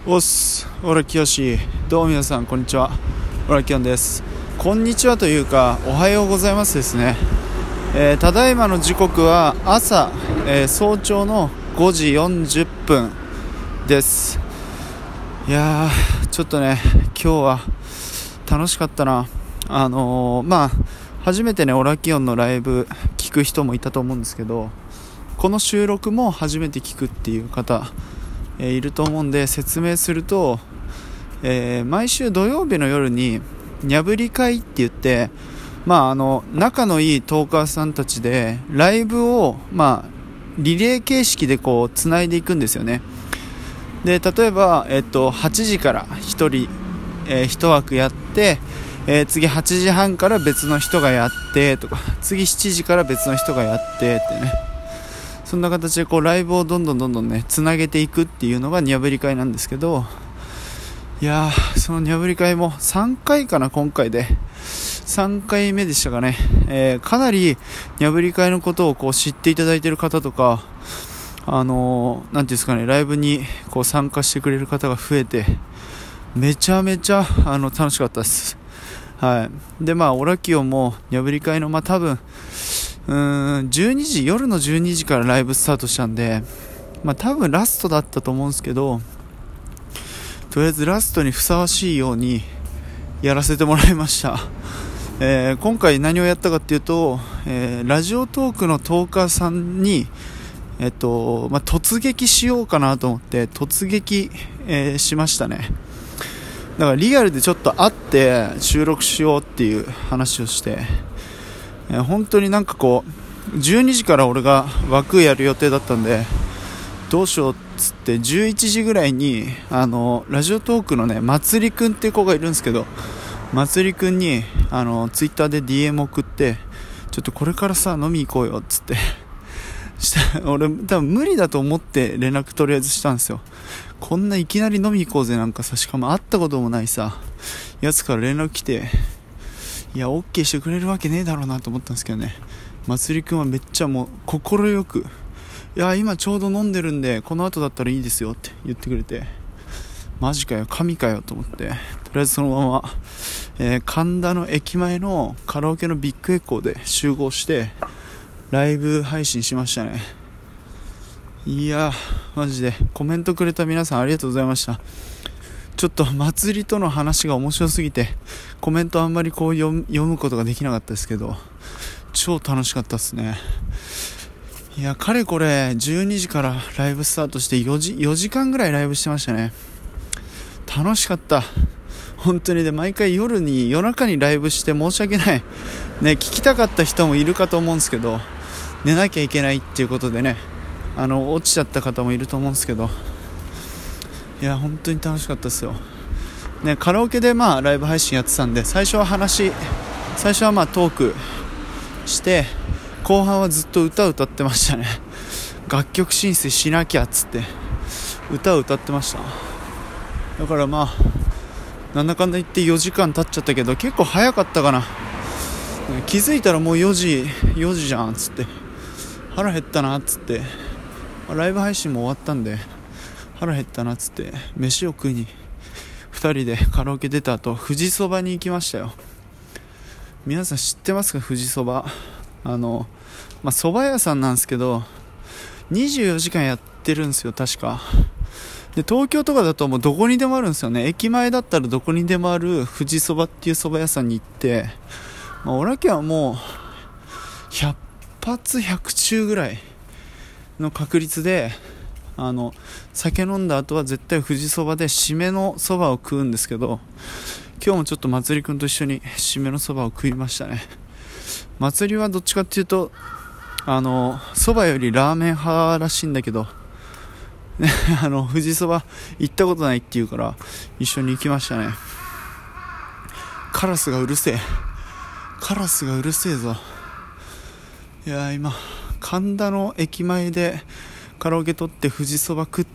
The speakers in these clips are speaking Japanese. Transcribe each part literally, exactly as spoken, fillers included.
おっす、オラキヨシ。どうも皆さんこんにちは、オラキヨンです。こんにちはというかおはようございますですね。えー、ただいまの時刻は朝、えー、早朝のごじよんじゅっぷんです。いやーちょっとね今日は楽しかったな。あのー、まあ初めてねオラキヨンのライブ聞く人もいたと思うんですけど、この収録も初めて聞くっていう方えー、いると思うんで説明すると、えー、毎週土曜日の夜ににゃぶり会って言って、まあ、あの仲のいいトーカーさんたちでライブを、まあ、リレー形式でこうつないでいくんですよね。で例えば、えっと、はちじからひとり、えー、いち枠やって、えー、次はちじはんから別の人がやってとか、次しちじから別の人がやってってね、そんな形でこうライブをどんどんどんどんねつなげていくっていうのがにゃぶり会なんですけど、いやーそのにゃぶり会もさんかいかな、今回でさんかいめでしたかね。えー、かなりにゃぶり会のことをこう知っていただいている方とか、あのー、なんていうんですかね、ライブにこう参加してくれる方が増えて、めちゃめちゃあの楽しかったです。はい。でまあオラキオもにゃぶり会のまあ多分うーんじゅうにじ夜のじゅうにじからライブスタートしたんで、まあ多分ラストだったと思うんですけど、とりあえずラストにふさわしいようにやらせてもらいました。えー、今回何をやったかっていうと、えー、ラジオトークのトーカーさんにえっとまあ突撃しようかなと思って突撃、えー、しましたね。だからリアルでちょっと会って収録しようっていう話をして、えー、本当になんかこうじゅうにじから俺が枠やる予定だったんで、どうしようっつってじゅういちじぐらいにあのラジオトークのねまつりくんっていう子がいるんですけど、まつりくんにあのツイッターで ディーエム 送って、ちょっとこれからさ飲み行こうよっつってした俺多分無理だと思って連絡とりあえずしたんですよ。こんないきなり飲み行こうぜなんかさ、しかも会ったこともないさやつから連絡来て、いや OK してくれるわけねえだろうなと思ったんですけどね、まつりくんはめっちゃもう心よく、いや今ちょうど飲んでるんでこの後だったらいいですよって言ってくれて、マジかよ神かよと思って、とりあえずそのまま、えー、神田の駅前のカラオケのビッグエコーで集合してライブ配信しましたね。いやマジでコメントくれた皆さんありがとうございました。ちょっと祭りとの話が面白すぎてコメントあんまりこう読む、読むことができなかったですけど、超楽しかったですね。いやかれこれじゅうにじからライブスタートしてよじ、よじかんぐらいライブしてましたね。楽しかった本当に。で毎回夜に夜中にライブして申し訳ないね、聞きたかった人もいるかと思うんですけど、寝なきゃいけないっていうことでね、あの落ちちゃった方もいると思うんですけど、いや本当に楽しかったですよね。カラオケでまあライブ配信やってたんで、最初は話最初はまあトークして後半はずっと歌を歌ってましたね。楽曲申請しなきゃっつって歌を歌ってました。だからまあなんだかんだ言ってよじかん経っちゃったけど結構早かったかな。気づいたらもうよじよじじゃんっつって、腹減ったなっつって、ライブ配信も終わったんで腹減ったなっつって飯を食いにふたりでカラオケ出た後富士そばに行きましたよ。皆さん知ってますか、富士そば。あのまあ蕎麦屋さんなんですけどにじゅうよじかんやってるんですよ確か。で東京とかだともうどこにでもあるんですよね。駅前だったらどこにでもある富士そばっていう蕎麦屋さんに行って、まあ、オラキはもうひゃっぱつひゃく中ぐらいの確率であの酒飲んだ後は絶対富士そばで締めのそばを食うんですけど、今日もちょっとまつりくんと一緒に締めのそばを食いましたね。まつりはどっちかっていうとあのそばよりラーメン派らしいんだけどあの富士そば行ったことないっていうから一緒に行きましたね。カラスがうるせえカラスがうるせえぞ。いや今神田の駅前でカラオケ取って富士そば食って、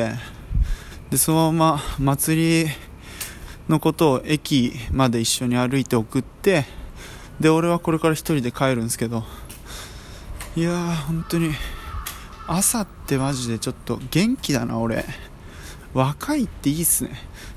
でそのまま祭りのことを駅まで一緒に歩いて送って、で俺はこれから一人で帰るんですけど、いやー本当に朝ってマジでちょっと元気だな俺。 若いっていいっすね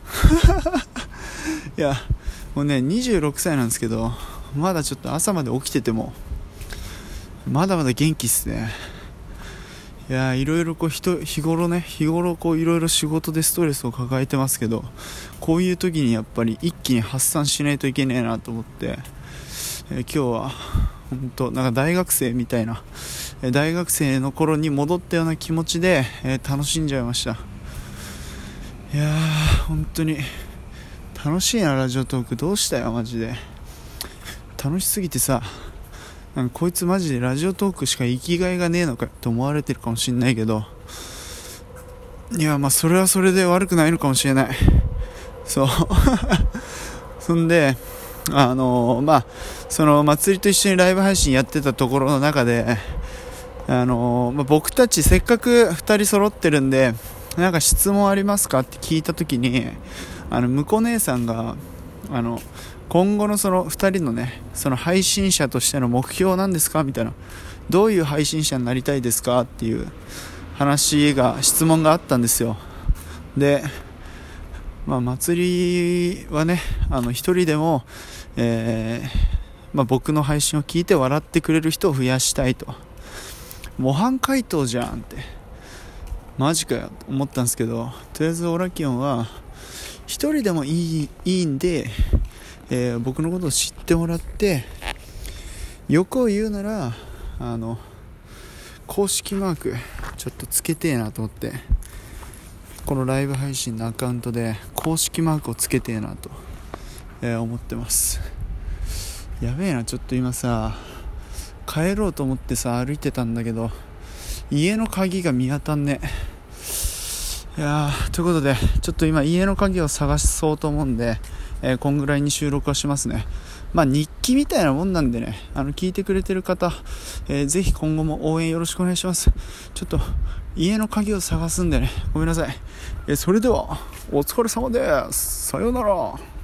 いやもうねにじゅうろくさいなんですけど、まだちょっと朝まで起きててもまだまだ元気っすね。いやいろいろこう人日頃ね日頃こういろいろ仕事でストレスを抱えてますけど、こういう時にやっぱり一気に発散しないといけねえなと思って、えー、今日は本当なんか大学生みたいな、えー、大学生の頃に戻ったような気持ちで、えー、楽しんじゃいました。いやー本当に楽しいなラジオトーク。どうしたよマジで楽しすぎてさ、なんかこいつマジでラジオトークしか生きがいがねえのかと思われてるかもしんないけど、いやまあそれはそれで悪くないのかもしれない。そうそんであのー、まあその祭りと一緒にライブ配信やってたところの中で、あのーまあ、僕たちせっかくふたり揃ってるんでなんか質問ありますかって聞いたときに、あの向こう姉さんがあの今後のそのふたりのねその配信者としての目標なんですかみたいな、どういう配信者になりたいですかっていう話が質問があったんですよ。でまあ祭りはねあの一人でも、えーまあ、僕の配信を聞いて笑ってくれる人を増やしたいと。模範解答じゃんってマジかよと思ったんですけど、とりあえずオラキオンは一人でもいい、いいんで、えー、僕のことを知ってもらって、欲を言うならあの公式マークちょっとつけてえなと思って、このライブ配信のアカウントで公式マークをつけてえなと、えー、思ってます。やべえな、ちょっと今さ帰ろうと思ってさ歩いてたんだけど家の鍵が見当たんね。いやーということでちょっと今家の鍵を探そうと思うんで、えー、こんぐらいに収録はしますね。まあ日記みたいなもんなんでね、あの聞いてくれてる方、えー、ぜひ今後も応援よろしくお願いします。ちょっと家の鍵を探すんでね、ごめんなさい。えー、それではお疲れ様です。さようなら。